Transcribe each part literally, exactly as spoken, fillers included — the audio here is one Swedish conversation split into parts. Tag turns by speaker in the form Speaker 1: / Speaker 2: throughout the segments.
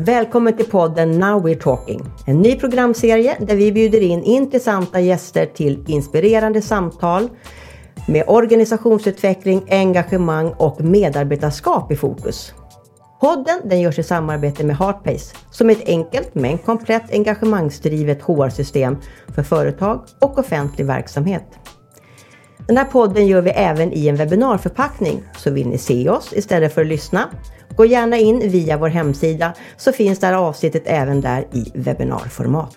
Speaker 1: Välkommen till podden Now We're Talking. En ny programserie där vi bjuder in intressanta gäster till inspirerande samtal med organisationsutveckling, engagemang och medarbetarskap i fokus. Podden den görs i samarbete med Heartpace som är ett enkelt men komplett engagemangsdrivet H R-system för företag och offentlig verksamhet. Den här podden gör vi även i en webbinarförpackning, så vill ni se oss istället för att lyssna, gå gärna in via vår hemsida så finns det här avsnittet även där i webbinarformat.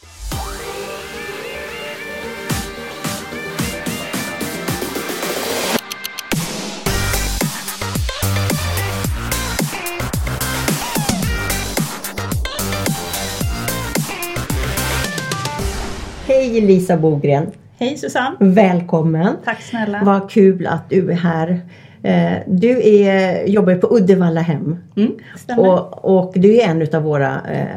Speaker 1: Hej Lisa Bogren.
Speaker 2: Hej Susanne.
Speaker 1: Välkommen.
Speaker 2: Tack snälla.
Speaker 1: Vad kul att du är här. Du är, jobbar på Uddevallahem.
Speaker 2: Mm, stämmer.
Speaker 1: och, och du är en av våra,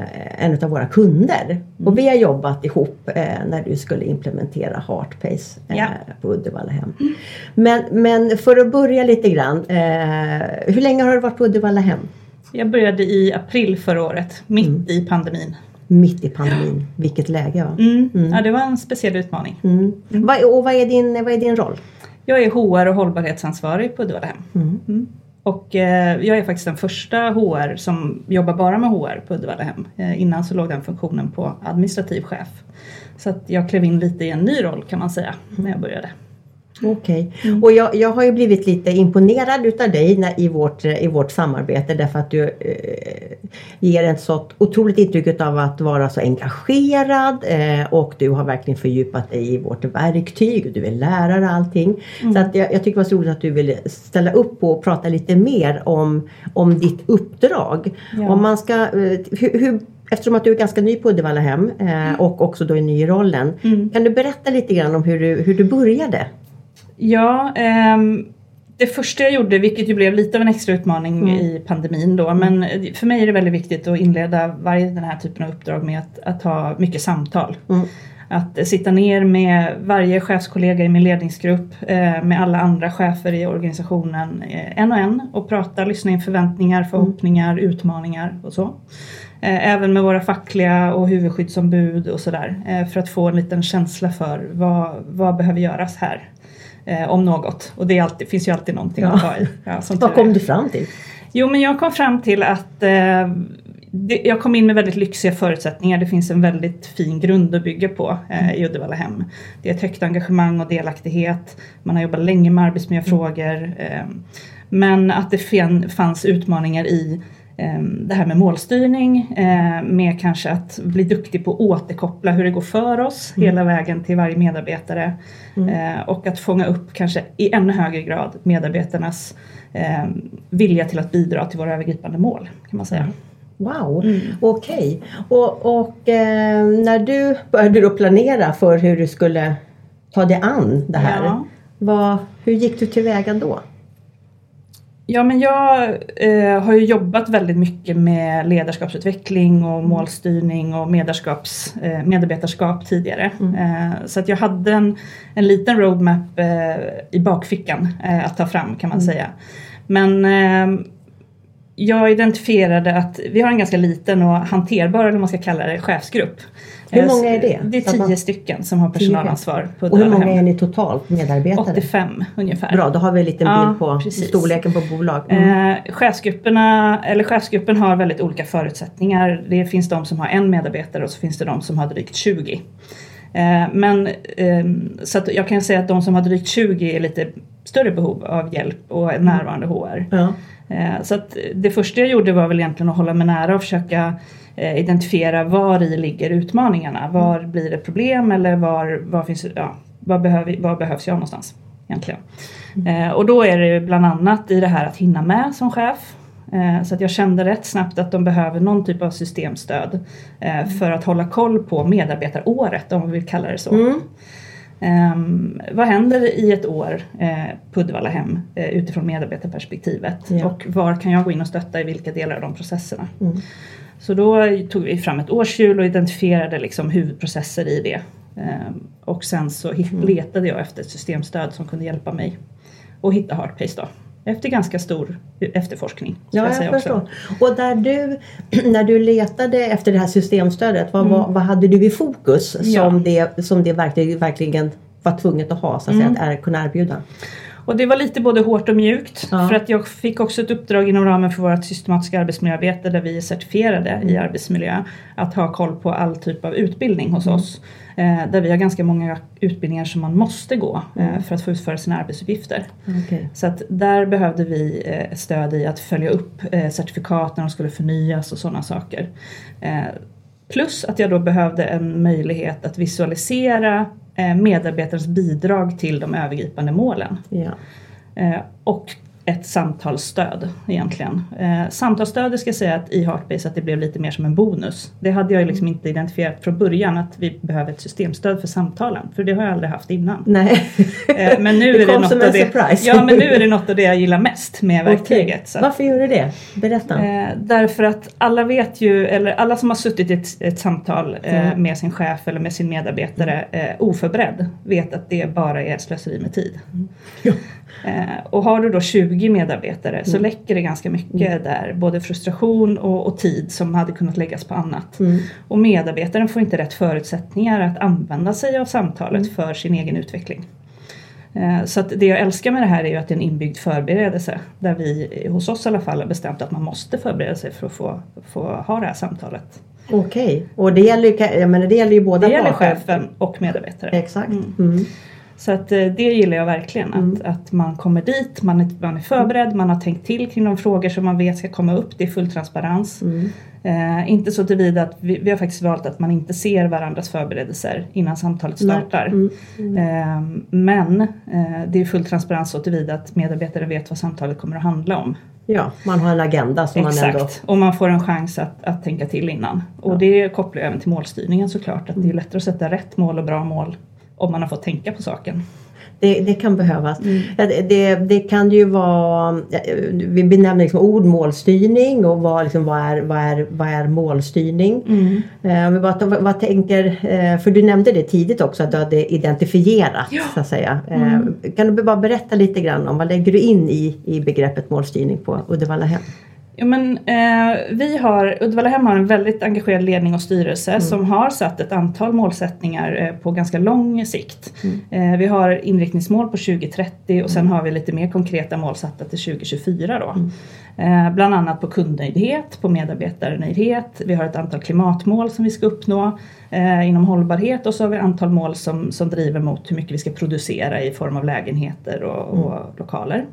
Speaker 1: en av våra kunder. Mm. Och vi har jobbat ihop när du skulle implementera Heartpace ja. på Uddevallahem. Mm. Men, men för att börja lite grann. Hur länge har du varit på Uddevallahem?
Speaker 2: Jag började i april förra året. Mitt mm. i pandemin.
Speaker 1: Mitt i pandemin. Vilket läge va?
Speaker 2: Mm. Mm. Ja, det var en speciell utmaning.
Speaker 1: Mm. Mm. Va, och vad är, din, vad är din roll?
Speaker 2: Jag är H R och hållbarhetsansvarig på Uddevallahem. Mm. Mm. Och eh, jag är faktiskt den första H R som jobbar bara med H R på Uddevallahem. Eh, innan så låg den funktionen på administrativ chef. Så att jag klev in lite i en ny roll kan man säga när jag började.
Speaker 1: Okej. Okay. Mm. Och jag, jag har ju blivit lite imponerad utav dig när, i, vårt, i vårt samarbete. Därför att du eh, ger ett så otroligt intryck av att vara så engagerad. Eh, och du har verkligen fördjupat dig i vårt verktyg. Och du är lärare och allting. Mm. Så att jag, jag tycker det var så roligt att du ville ställa upp och prata lite mer om, om ditt uppdrag. Ja. Om man ska... Eh, hur, hur, Eftersom att du är ganska ny på Uddevallahem eh, och också då är ny i rollen. Mm. Kan du berätta lite grann om hur du, hur du började?
Speaker 2: Ja, eh, det första jag gjorde, vilket ju blev lite av en extra utmaning mm. i pandemin då. Men för mig är det väldigt viktigt att inleda varje den här typen av uppdrag med att, att ha mycket samtal. Mm. Att sitta ner med varje chefskollega i min ledningsgrupp, eh, med alla andra chefer i organisationen eh, en och en. Och prata, lyssna in förväntningar, förhoppningar, mm. utmaningar och så. Eh, även med våra fackliga och huvudskyddsombud och sådär. Eh, för att få en liten känsla för vad, vad behöver göras här. Eh, om något. Och det är alltid, finns ju alltid någonting ja. att ta i. Ja,
Speaker 1: vad kom du fram till?
Speaker 2: Jo, men jag kom fram till att eh, det, jag kom in med väldigt lyxiga förutsättningar. Det finns en väldigt fin grund att bygga på eh, i Uddevallahem. Det är ett högt engagemang och delaktighet. Man har jobbat länge med arbetsmiljöfrågor. Eh, men att det fan, fanns utmaningar i eh, det här med målstyrning. Eh, med kanske att bli duktig på att återkoppla hur det går för oss. Mm. Hela vägen till varje medarbetare. Mm. Eh, och att fånga upp kanske i ännu högre grad medarbetarnas eh, vilja till att bidra till våra övergripande mål kan man säga.
Speaker 1: Mm. Wow, mm. okej. Okay. Och, och eh, när du började då planera för hur du skulle ta dig an det här. Ja. Vad, hur gick du tillväga då?
Speaker 2: Ja, men jag eh, har ju jobbat väldigt mycket med ledarskapsutveckling och målstyrning och medarskaps, eh, medarbetarskap tidigare. Mm. Eh, så att jag hade en, en liten roadmap eh, i bakfickan eh, att ta fram kan man mm. säga. Men eh, jag identifierade att vi har en ganska liten och hanterbar, eller vad man ska kalla det, chefsgrupp.
Speaker 1: Hur många är det?
Speaker 2: Det är tio alltså, stycken som har personalansvar på
Speaker 1: och hur många är ni totalt medarbetare?
Speaker 2: åttiofem ungefär.
Speaker 1: Bra, då har vi en liten bild ja, på precis. Storleken på bolag. Mm.
Speaker 2: Eh, chefsgrupperna, eller chefsgruppen har väldigt olika förutsättningar. Det finns de som har en medarbetare och så finns det de som har drygt tjugo. Eh, men eh, så att jag kan säga att de som har drygt tjugo är lite större behov av hjälp och en närvarande H R.
Speaker 1: Ja.
Speaker 2: Eh, så att det första jag gjorde var väl egentligen att hålla mig nära och försöka eh, identifiera var i ligger utmaningarna. Var blir det problem eller var, var, finns, ja, var, behöv, var behövs jag någonstans egentligen. Mm. Eh, och då är det bland annat i det här att hinna med som chef. Eh, så att jag kände rätt snabbt att de behöver någon typ av systemstöd eh, mm. för att hålla koll på medarbetaråret, om vi vill kalla det så. Mm. Um, vad händer i ett år eh, på Uddevallahem eh, utifrån medarbetarperspektivet ja. Och var kan jag gå in och stötta i vilka delar av de processerna. Mm. Så då tog vi fram ett årshjul och identifierade liksom huvudprocesser i det. Um, och sen så hitt- letade jag efter ett systemstöd som kunde hjälpa mig att hitta Heartpace då. efter ganska stor efterforskning.
Speaker 1: Ja, jag, jag förstår. Också. Och där du, när du letade efter det här systemstödet, vad, mm. vad, vad hade du i fokus som, ja. det, som det verkligen, verkligen var tvunget att ha, så att, mm. säga, att kunna erbjuda?
Speaker 2: Och det var lite både hårt och mjukt. Ja. För att jag fick också ett uppdrag inom ramen för vårt systematiska arbetsmiljöarbete där vi är certifierade mm. i arbetsmiljö. Att ha koll på all typ av utbildning hos mm. oss. Eh, där vi har ganska många utbildningar som man måste gå eh, mm. för att få utföra sina arbetsuppgifter.
Speaker 1: Okay.
Speaker 2: Så att där behövde vi eh, stöd i att följa upp eh, certifikat när de skulle förnyas och sådana saker. Eh, plus att jag då behövde en möjlighet att visualisera medarbetarens bidrag till de övergripande målen.
Speaker 1: Ja.
Speaker 2: Eh, och ett samtalsstöd egentligen. Eh, samtalsstödet ska jag säga att i Heartbase att det blev lite mer som en bonus. Det hade jag liksom inte identifierat från början att vi behöver ett systemstöd för samtalen. För det har jag aldrig haft innan.
Speaker 1: Nej.
Speaker 2: Eh, men nu
Speaker 1: det
Speaker 2: är det något
Speaker 1: som
Speaker 2: av
Speaker 1: en
Speaker 2: det,
Speaker 1: surprise.
Speaker 2: ja, men nu är det något av det jag gillar mest med verktyget.
Speaker 1: Okay.
Speaker 2: Så.
Speaker 1: Varför gör du det? Berätta.
Speaker 2: Eh, därför att alla vet ju, eller alla som har suttit i ett, ett samtal eh, mm. med sin chef eller med sin medarbetare eh, oförberedd vet att det bara är slöseri med tid.
Speaker 1: Mm. Ja.
Speaker 2: Eh, och har du då tjugo medarbetare mm. så läcker det ganska mycket mm. där. Både frustration och, och tid som hade kunnat läggas på annat. Mm. Och medarbetaren får inte rätt förutsättningar att använda sig av samtalet mm. för sin egen utveckling. Eh, så att det jag älskar med det här är ju att det är en inbyggd förberedelse. Där vi hos oss i alla fall har bestämt att man måste förbereda sig för att få, få ha det här samtalet.
Speaker 1: Okej, okay. Och det gäller ju, jag menar, det gäller ju båda.
Speaker 2: Det gäller chefen och medarbetare.
Speaker 1: Exakt.
Speaker 2: Mm.
Speaker 1: Mm.
Speaker 2: Så att det gillar jag verkligen.
Speaker 1: Mm.
Speaker 2: Att, att man kommer dit, man är, man är förberedd, man har tänkt till kring de frågor som man vet ska komma upp. Det är full transparens. Mm. Eh, inte så tillvida att vi, vi har faktiskt valt att man inte ser varandras förberedelser innan samtalet startar. Mm. Mm. Eh, men eh, det är full transparens så tillvida att medarbetare vet vad samtalet kommer att handla om.
Speaker 1: Ja, man har en agenda som
Speaker 2: Exakt.
Speaker 1: man ändå...
Speaker 2: och man får en chans att, att tänka till innan. Och ja. Det kopplar även till målstyrningen såklart. Att mm. det är lättare att sätta rätt mål och bra mål om man har fått tänka på saken.
Speaker 1: Det, det kan behövas.
Speaker 2: Mm.
Speaker 1: Det, det, det kan ju vara, vi benämner liksom ord målstyrning och vad, liksom, vad, är, vad, är, vad är målstyrning. Mm. Eh, vi bara, vad, vad tänker, eh, för du nämnde det tidigt också att du hade identifierat, ja. Så att säga. Eh, mm. Kan du bara berätta lite grann om vad lägger du in i, i begreppet målstyrning på Uddevallahem?
Speaker 2: Ja, men, eh, vi har, Uddevallahem har en väldigt engagerad ledning och styrelse mm. som har satt ett antal målsättningar eh, på ganska lång sikt. Mm. Eh, vi har inriktningsmål på tjugo trettio och sen mm. har vi lite mer konkreta mål satta till tjugo tjugofyra då. Mm. Eh, bland annat på kundnöjdhet, på medarbetarnöjdhet. Vi har ett antal klimatmål som vi ska uppnå eh, inom hållbarhet och så har vi ett antal mål som, som driver mot hur mycket vi ska producera i form av lägenheter och, mm. och lokaler.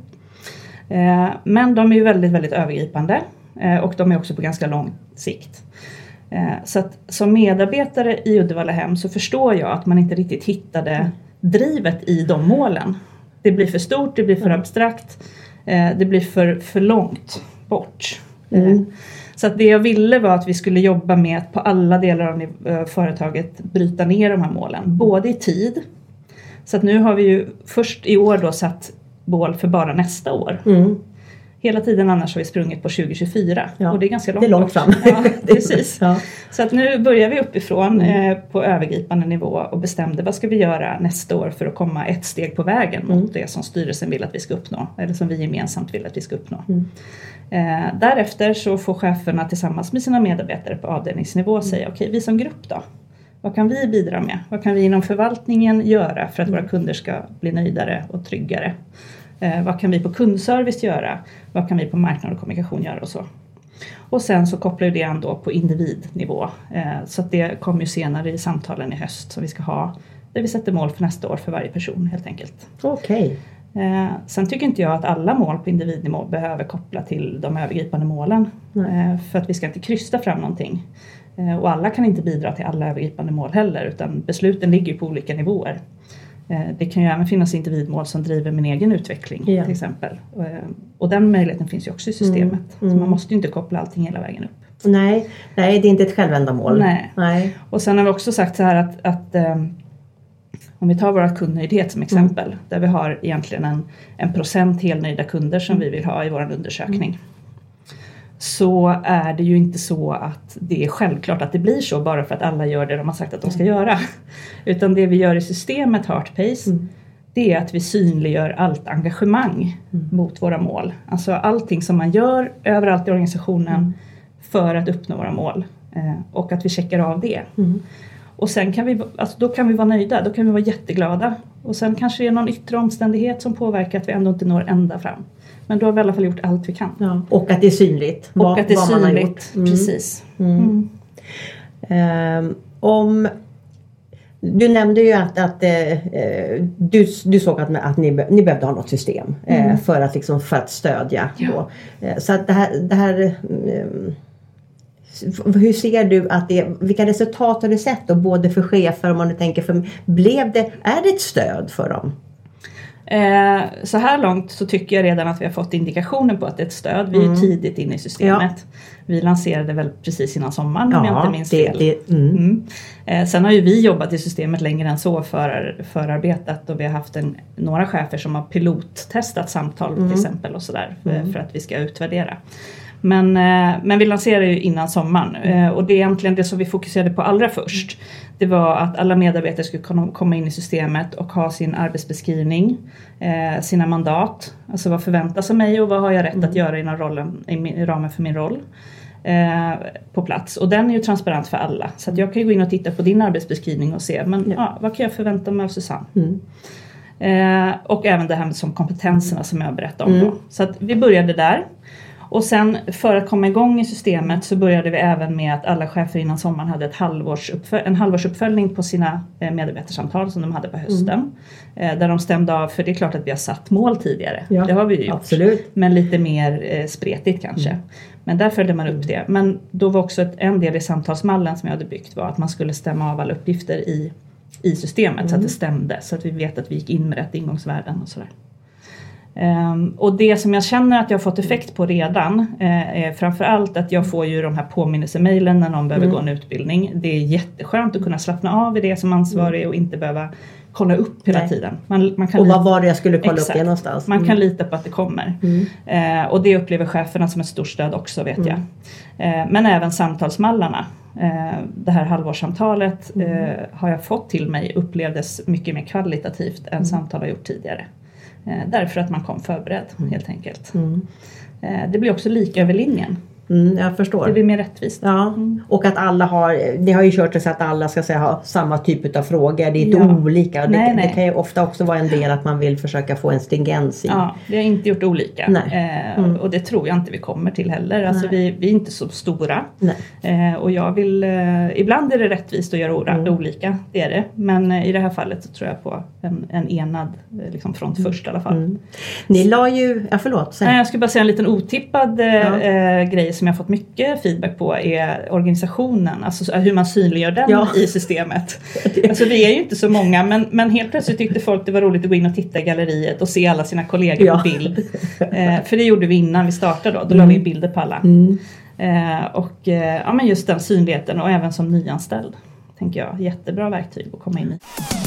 Speaker 2: Men de är ju väldigt, väldigt övergripande och de är också på ganska lång sikt. Så att som medarbetare i Uddevallahem så förstår jag att man inte riktigt hittade drivet i de målen. Det blir för stort, det blir för abstrakt, det blir för, för långt bort. Mm. Så att det jag ville var att vi skulle jobba med att på alla delar av företaget bryta ner de här målen. Både i tid, så att nu har vi ju först i år då satt mål för bara nästa år. Mm. Hela tiden annars har vi sprungit på tjugo tjugofyra. Ja. Och det är ganska långt,
Speaker 1: det är långt fram.
Speaker 2: Ja, precis.
Speaker 1: Ja.
Speaker 2: Så att nu börjar vi uppifrån mm. eh, på övergripande nivå och bestämde vad ska vi göra nästa år för att komma ett steg på vägen mot mm. det som styrelsen vill att vi ska uppnå. Eller som vi gemensamt vill att vi ska uppnå. Mm. Eh, därefter så får cheferna tillsammans med sina medarbetare på avdelningsnivå mm. säga okej, okay, vi som grupp då. Vad kan vi bidra med? Vad kan vi inom förvaltningen göra för att våra kunder ska bli nöjdare och tryggare? Eh, vad kan vi på kundservice göra? Vad kan vi på marknad och kommunikation göra och så? Och sen så kopplar det an då på individnivå. Eh, så att det kommer ju senare i samtalen i höst som vi ska ha. Där vi sätter mål för nästa år för varje person helt enkelt.
Speaker 1: Okej.
Speaker 2: Okay. Eh, sen tycker inte jag att alla mål på individnivå behöver koppla till de övergripande målen. Eh, för att vi ska inte krysta fram någonting. Och alla kan inte bidra till alla övergripande mål heller utan besluten ligger på olika nivåer. Det kan ju även finnas individmål som driver min egen utveckling ja. Till exempel. Och den möjligheten finns ju också i systemet. Mm. Mm. Så man måste ju inte koppla allting hela vägen upp.
Speaker 1: Nej, nej det är inte ett självändamål.
Speaker 2: Nej.
Speaker 1: nej.
Speaker 2: Och sen har vi också sagt så här att, att om vi tar våra kundnöjdhet som exempel. Mm. Där vi har egentligen en, en procent helnöjda kunder som mm. vi vill ha i vår undersökning. Mm. Så är det ju inte så att det är självklart att det blir så bara för att alla gör det de har sagt att de ska göra. Utan det vi gör i systemet Heartbase, mm. det är att vi synliggör allt engagemang mm. mot våra mål. Alltså allting som man gör överallt i organisationen mm. för att uppnå våra mål. Eh, och att vi checkar av det. Mm. Och sen kan vi, alltså då kan vi vara nöjda, då kan vi vara jätteglada. Och sen kanske det är någon yttre omständighet som påverkar att vi ändå inte når ända fram. Men då har vi i alla fall gjort allt vi kan.
Speaker 1: Ja. Och att det är synligt.
Speaker 2: Och vad, att det är synligt,
Speaker 1: man har gjort. Mm.
Speaker 2: Precis.
Speaker 1: Mm. Mm. Um, om... Du nämnde ju att, att eh, du, du såg att, att ni, ni behövde ha något system eh, mm. för, att, liksom, för att stödja. Ja. Eh, så att det här... Det här eh, hur ser du att det, vilka resultat har du sett då, både för chefer och om man tänker för, blev det, är det ett stöd för dem?
Speaker 2: Eh, så här långt så tycker jag redan att vi har fått indikationer på att det är ett stöd. Vi är mm. tidigt inne i systemet. Ja. Vi lanserade väl precis innan sommaren om ja, jag inte minns
Speaker 1: det,
Speaker 2: fel.
Speaker 1: Det, mm.
Speaker 2: Mm. Eh, sen har ju vi jobbat i systemet längre än så för förarbetat och vi har haft en, några chefer som har pilottestat samtal mm. till exempel och sådär för, mm. för att vi ska utvärdera. Men, men vi lanserade ju innan sommaren mm. och det är egentligen det som vi fokuserade på allra först. Det var att alla medarbetare skulle komma in i systemet och ha sin arbetsbeskrivning, sina mandat. Alltså vad förväntas av mig och vad har jag rätt mm. att göra inom rollen, i ramen för min roll på plats. Och den är ju transparent för alla. Så att jag kan ju gå in och titta på din arbetsbeskrivning och se men, ja. Ja, vad kan jag förvänta mig av Susanne? Mm. Eh, och även det här som kompetenserna som jag berättade om. Mm. Då. Så att vi började där. Och sen för att komma igång i systemet så började vi även med att alla chefer innan sommaren hade ett halvårsuppfölj- en halvårsuppföljning på sina medarbetarsamtal som de hade på hösten. Mm. Där de stämde av, för det är klart att vi har satt mål tidigare. Ja, det har vi ju gjort.
Speaker 1: Absolut.
Speaker 2: Men lite mer eh, spretigt kanske. Mm. Men där följde man upp det. Men då var också ett, en del i samtalsmallen som jag hade byggt var att man skulle stämma av alla uppgifter i, i systemet mm. så att det stämde. Så att vi vet att vi gick in med rätt ingångsvärden och sådär. Um, och det som jag känner att jag har fått effekt på redan uh, är framförallt att jag får ju de här påminnelsemailen när någon behöver mm. gå en utbildning. Det är jätteskönt att kunna slappna av i det som ansvarig och inte behöva kolla upp hela Nej. tiden. Man, man kan
Speaker 1: och
Speaker 2: lita,
Speaker 1: vad var det jag skulle kolla
Speaker 2: exakt,
Speaker 1: upp det någonstans?
Speaker 2: Man
Speaker 1: mm.
Speaker 2: kan lita på att det kommer. Mm. Uh, och det upplever cheferna som ett stort stöd också vet mm. jag. Uh, men även samtalsmallarna. Uh, det här halvårssamtalet mm. uh, har jag fått till mig upplevdes mycket mer kvalitativt än mm. samtal har gjort tidigare. Eh, därför att man kom förberedd mm. helt enkelt. Mm. Eh, det blir också lika över linjen.
Speaker 1: Mm, jag förstår.
Speaker 2: Det blir mer rättvist.
Speaker 1: Ja. Mm. Och att alla har, ni har ju kört det så att alla ska säga, ha samma typ av frågor. Det är inte ja. olika. Det, nej, nej. det kan ju ofta också vara en del att man vill försöka få en stringens i.
Speaker 2: Ja, vi har inte gjort olika. Eh, mm. Och det tror jag inte vi kommer till heller. Alltså vi, vi är inte så stora. Eh, och jag vill, eh, ibland är det rättvist att göra mm. olika. Det är det. Men eh, i det här fallet så tror jag på en, en enad eh, liksom front mm. först i alla fall. Mm.
Speaker 1: Ni la ju, ja förlåt.
Speaker 2: Nej, jag skulle bara säga en liten otippad eh, ja. eh, grej som jag har fått mycket feedback på är organisationen. Alltså hur man synliggör den ja. i systemet. Alltså vi är ju inte så många men, men helt plötsligt tyckte folk det var roligt att gå in och titta i galleriet och se alla sina kollegor ja. på bild. Eh, för det gjorde vi innan vi startade då. Då mm. la vi bilder på alla. Mm. Eh, och eh, ja, men just den synligheten och även som nyanställd tänker jag. Jättebra verktyg att komma in i.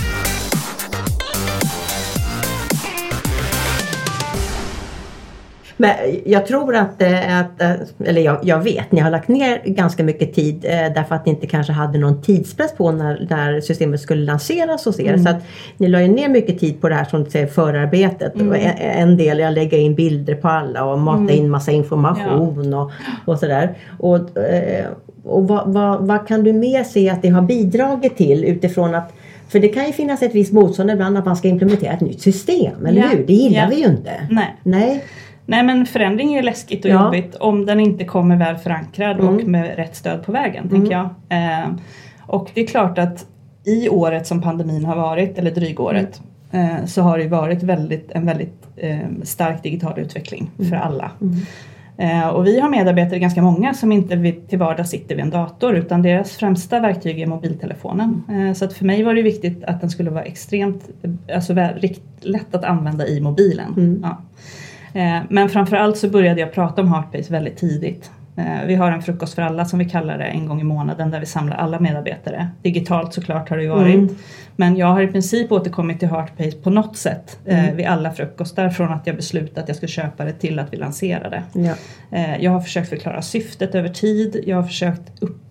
Speaker 1: Men jag tror att, att eller jag, jag vet, ni har lagt ner ganska mycket tid därför att ni inte kanske hade någon tidspress på när, när systemet skulle lanseras hos er. Mm. Så att ni la ju ner mycket tid på det här som du säger förarbetet. Mm. En, en del är att lägga in bilder på alla och mata mm. in massa information ja. och, och sådär. Och, och vad, vad, vad kan du mer se att det har bidragit till utifrån att för det kan ju finnas ett visst motstånd ibland att man ska implementera ett nytt system, eller ja. hur? Det gillar ja. vi ju inte.
Speaker 2: Nej.
Speaker 1: Nej.
Speaker 2: Nej men förändring är läskigt och ja. jobbigt om den inte kommer väl förankrad mm. och med rätt stöd på vägen mm. tänker jag. Eh, och det är klart att i året som pandemin har varit, eller dryggåret, mm. eh, så har det varit väldigt, en väldigt eh, stark digital utveckling mm. för alla. Mm. Eh, och vi har medarbetare ganska många som inte vid, till vardag sitter vid en dator utan deras främsta verktyg är mobiltelefonen. Eh, så att för mig var det viktigt att den skulle vara extremt, alltså väl, rikt, lätt att använda i mobilen. Mm. Ja. Men framförallt så började jag prata om Heartpace väldigt tidigt. Vi har en frukost för alla som vi kallar det en gång i månaden där vi samlar alla medarbetare. Digitalt såklart har det ju varit. Mm. Men jag har i princip återkommit till Heartpace på något sätt mm. vid alla frukostar från att jag beslutade att jag skulle köpa det till att vi lanserade. Ja. Jag har försökt förklara syftet över tid. Jag har försökt upp,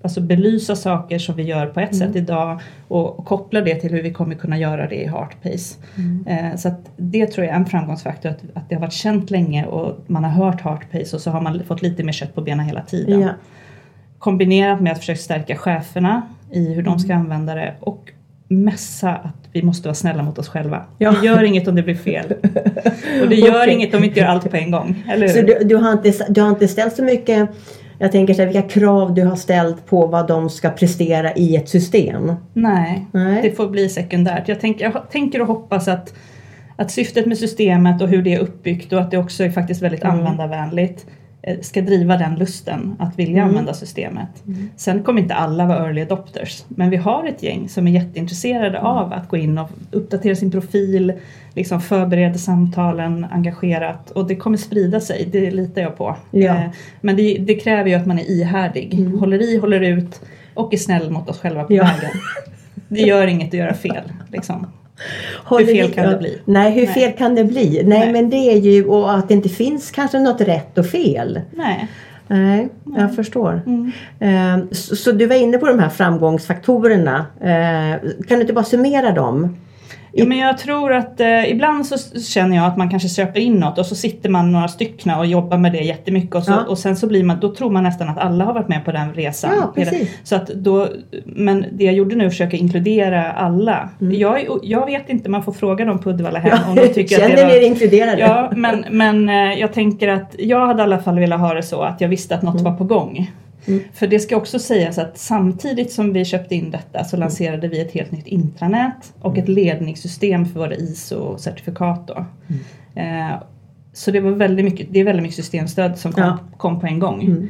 Speaker 2: alltså belysa saker som vi gör på ett mm. sätt idag och, och koppla det till hur vi kommer kunna göra det i Heartpace. Mm. Eh, så att det tror jag är en framgångsfaktor, att, att det har varit känt länge och man har hört Heartpace och så har man fått lite mer kött på benen hela tiden. Ja. Kombinerat med att försöka stärka cheferna i hur de ska mm. använda det och mässa att vi måste vara snälla mot oss själva. Ja. Det gör inget om det blir fel. Och det gör okay. inget om vi inte gör allt på en gång. Eller hur?
Speaker 1: Så du, du, har inte, du har inte ställt så mycket, jag tänker så här, vilka krav du har ställt på vad de ska prestera i ett system?
Speaker 2: Nej, Nej. det får bli sekundärt. Jag tänker, jag tänker och hoppas att, att syftet med systemet och hur det är uppbyggt och att det också är faktiskt väldigt mm. användarvänligt ska driva den lusten att vilja mm. använda systemet. Mm. Sen kommer inte alla vara early adopters. Men vi har ett gäng som är jätteintresserade mm. av att gå in och uppdatera sin profil. Liksom förbereda samtalen engagerat. Och det kommer sprida sig, det litar jag på.
Speaker 1: Ja.
Speaker 2: Men det, det kräver ju att man är ihärdig. Mm. Håller i, håller ut och är snäll mot oss själva på
Speaker 1: ja.
Speaker 2: vägen. Det gör inget att göra fel. Liksom. Hur fel kan det bli?
Speaker 1: Nej, hur Nej. fel kan det bli? Nej, Nej, men det är ju och att det inte finns kanske något rätt och fel.
Speaker 2: Nej.
Speaker 1: Nej, Nej. jag förstår. Mm. Uh, så, så du var inne på de här framgångsfaktorerna. Uh, kan du inte bara summera dem?
Speaker 2: Ja, men jag tror att eh, ibland så känner jag att man kanske köper in något och så sitter man några styckna och jobbar med det jättemycket och, så, ja. och sen så blir man, då tror man nästan att alla har varit med på den resan.
Speaker 1: Ja, precis.
Speaker 2: Så att då, men det jag gjorde nu är att försöka inkludera alla. Mm. Jag, jag vet inte, man får fråga dem på Uddevalla hem
Speaker 1: ja,
Speaker 2: om de tycker
Speaker 1: känner
Speaker 2: att det var...
Speaker 1: ni er inkluderade?
Speaker 2: Ja, men, men jag tänker att jag hade i alla fall velat ha det så att jag visste att något mm. var på gång. Mm. För det ska också sägas att samtidigt som vi köpte in detta så lanserade vi ett helt nytt intranät och ett ledningssystem för våra I S O-certifikat då. Mm. Eh, så det var väldigt mycket, det är väldigt mycket systemstöd som kom, ja. kom på en gång. Mm.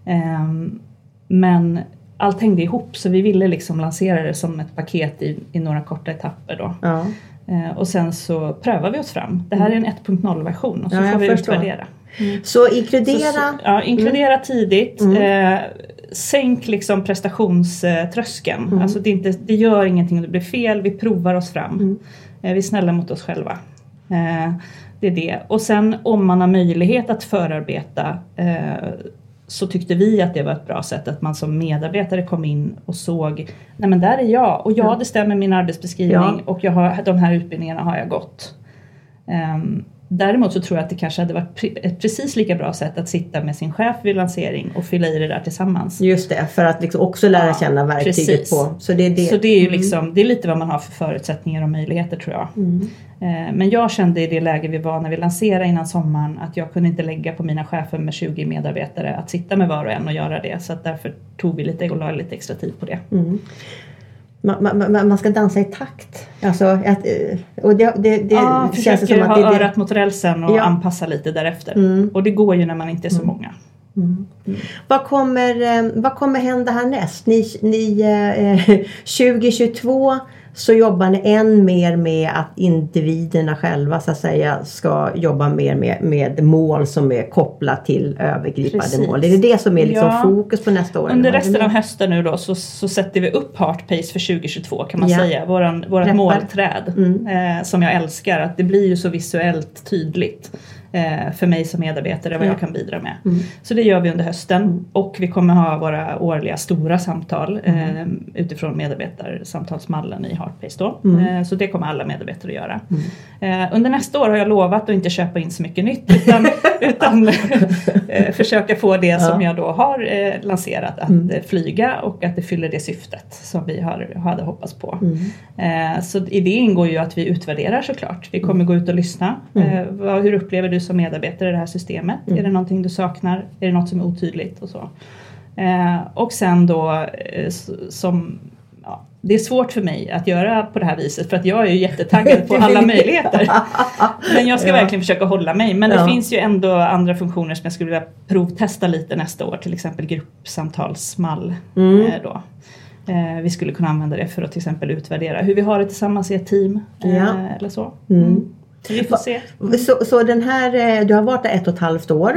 Speaker 2: Eh, men allt hängde ihop så vi ville liksom lansera det som ett paket i, i några korta etapper då. Ja. Eh, och sen så prövar vi oss fram. Det här är en ett punkt noll-version och så ja, får vi förstår. utvärdera.
Speaker 1: Mm. Så inkludera så,
Speaker 2: så, ja, inkludera mm. tidigt mm. Eh, sänk liksom prestationströskeln mm. alltså det, är inte, det gör ingenting om det blir fel, vi provar oss fram mm. eh, vi är snälla mot oss själva eh, det är det, och sen om man har möjlighet att förarbeta eh, så tyckte vi att det var ett bra sätt att man som medarbetare kom in och såg, nej men där är jag och ja mm. det stämmer min arbetsbeskrivning ja. och jag har, de här utbildningarna har jag gått. Um, Däremot så tror jag att det kanske hade varit pre- ett precis lika bra sätt att sitta med sin chef vid lansering och fylla i det där tillsammans.
Speaker 1: Just det, för att liksom också lära ja, känna verktyget precis. på. Så det är, det.
Speaker 2: Så det är ju liksom, mm. det är lite vad man har för förutsättningar och möjligheter tror jag. Mm. Eh, men jag kände i det läge vi var när vi lanserade innan sommaren att jag kunde inte lägga på mina chefer med tjugo medarbetare att sitta med var och en och göra det. Så att därför tog vi lite och la lite extra tid på det.
Speaker 1: Mm. Man, man, man ska dansa i takt. Alltså, att, och det, det, det
Speaker 2: ja,
Speaker 1: känns som att
Speaker 2: ha
Speaker 1: det, det...
Speaker 2: örat mot rälsen och ja. anpassa lite därefter. Mm. Och det går ju när man inte är så mm. många.
Speaker 1: Mm. Mm. Vad, kommer, vad kommer hända härnäst? Ni, ni, eh, tjugo tjugotvå så jobbar ni än mer med att individerna själva så att säga ska jobba mer med, med mål som är kopplat till övergripande Precis. mål. Är det det som är liksom ja. fokus på nästa år?
Speaker 2: Under resten av hösten nu då så, så sätter vi upp Heartpace för tjugo tjugotvå kan man ja. säga. Våran, vårat målträd mm. eh, som jag älskar. Att det blir ju så visuellt tydligt. För mig som medarbetare vad ja. jag kan bidra med. Mm. Så det gör vi under hösten. Mm. Och vi kommer ha våra årliga stora samtal mm. eh, utifrån medarbetarsamtalsmallen i Heartpace då. Mm. Eh, så det kommer alla medarbetare att göra. Mm. Eh, under nästa år har jag lovat att inte köpa in så mycket nytt. Utan, utan eh, försöka få det ja. som jag då har eh, lanserat att mm. flyga. Och att det fyller det syftet som vi har, hade hoppats på. Mm. Eh, så i det ingår ju att vi utvärderar såklart. Vi kommer gå ut och lyssna. Mm. Eh, vad, hur upplever du som medarbetare i det här systemet? Mm. Är det någonting du saknar? Är det något som är otydligt? Och så. Eh, och sen då eh, som ja, det är svårt för mig att göra på det här viset för att jag är ju jättetaggad på alla möjligheter. Men jag ska ja. verkligen försöka hålla mig. Men det ja. finns ju ändå andra funktioner som jag skulle vilja provtesta lite nästa år. Till exempel gruppsamtalsmall mm. eh, då. Eh, vi skulle kunna använda det för att till exempel utvärdera hur vi har det tillsammans i ett team eh, ja. eller så. Mm. Mm. Vi får se.
Speaker 1: Så, så den här, du har varit där ett och ett halvt år.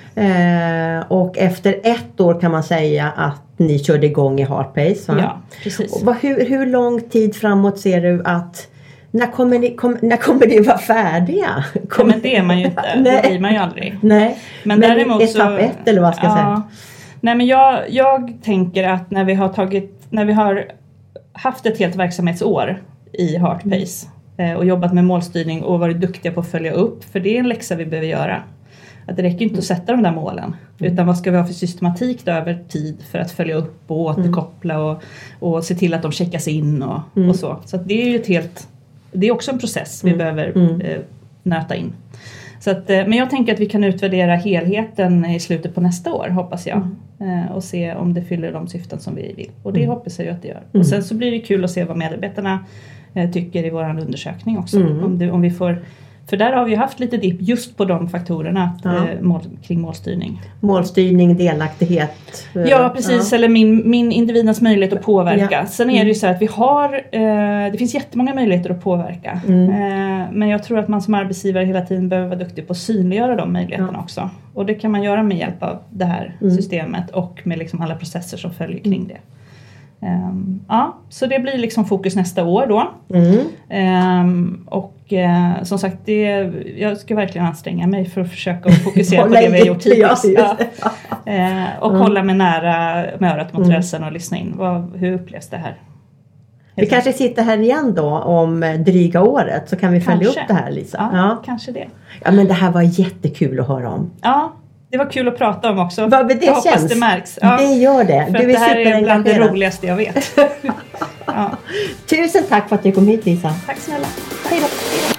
Speaker 1: Mm. Eh, och efter ett år kan man säga att ni körde igång i Heartpace. Va?
Speaker 2: Ja, precis.
Speaker 1: Och hur, hur lång tid framåt ser du att, när kommer ni, kom, när kommer ni vara färdiga?
Speaker 2: Ja, men det är man ju inte, det blir man ju aldrig.
Speaker 1: Nej,
Speaker 2: men,
Speaker 1: men
Speaker 2: däremot
Speaker 1: etapp
Speaker 2: så,
Speaker 1: ett eller vad ska jag
Speaker 2: ja,
Speaker 1: säga?
Speaker 2: Nej, men jag, jag tänker att när vi har tagit, när vi har haft ett helt verksamhetsår i Heartpace eh, och jobbat med målstyrning och varit duktiga på att följa upp, för det är en läxa vi behöver göra. Att det räcker inte att sätta de där målen. Mm. Utan vad ska vi ha för systematik då över tid för att följa upp och återkoppla och, och se till att de checkas in och, mm. och så. Så att det är ju ett helt, det är också en process vi mm. behöver mm. eh, nöta in. Så att, eh, men jag tänker att vi kan utvärdera helheten i slutet på nästa år, hoppas jag. Mm. Eh, och se om det fyller de syften som vi vill. Och det mm. hoppas jag ju att det gör. Mm. Och sen så blir det kul att se vad medarbetarna eh, tycker i vår undersökning också. Mm. Om, det, om vi får... För där har vi haft lite dipp just på de faktorerna ja. eh, mål, kring målstyrning.
Speaker 1: Målstyrning, delaktighet.
Speaker 2: Ja, precis. Ja. Eller min, min individens möjlighet att påverka. Ja. Sen är det ju så att vi har, eh, det finns jättemånga möjligheter att påverka. Mm. Eh, men jag tror att man som arbetsgivare hela tiden behöver vara duktig på att synliggöra de möjligheterna ja. också. Och det kan man göra med hjälp av det här mm. systemet och med liksom alla processer som följer kring mm. det. Um, ja, så det blir liksom fokus nästa år då. Mm. Um, och uh, som sagt, det, jag ska verkligen anstränga mig för att försöka fokusera på det vi har gjort hittills. Ja, uh, och mm. hålla mig nära med örat mot mm. rälsen och lyssna in. Vad, hur upplevs det här?
Speaker 1: Vi kanske sitter här igen då om dryga året, så kan vi följa kanske. upp det här, Lisa.
Speaker 2: Ja, ja, kanske det.
Speaker 1: Ja, men det här var jättekul att höra om.
Speaker 2: Ja. Det var kul att prata om också.
Speaker 1: Vad det
Speaker 2: jag
Speaker 1: känns.
Speaker 2: Hoppas det märks. Ja.
Speaker 1: Det gör det.
Speaker 2: För du är det här är bland det roligaste jag vet. Ja.
Speaker 1: Tusen tack för att du kom hit, Lisa.
Speaker 2: Tack snälla.
Speaker 1: Hej då.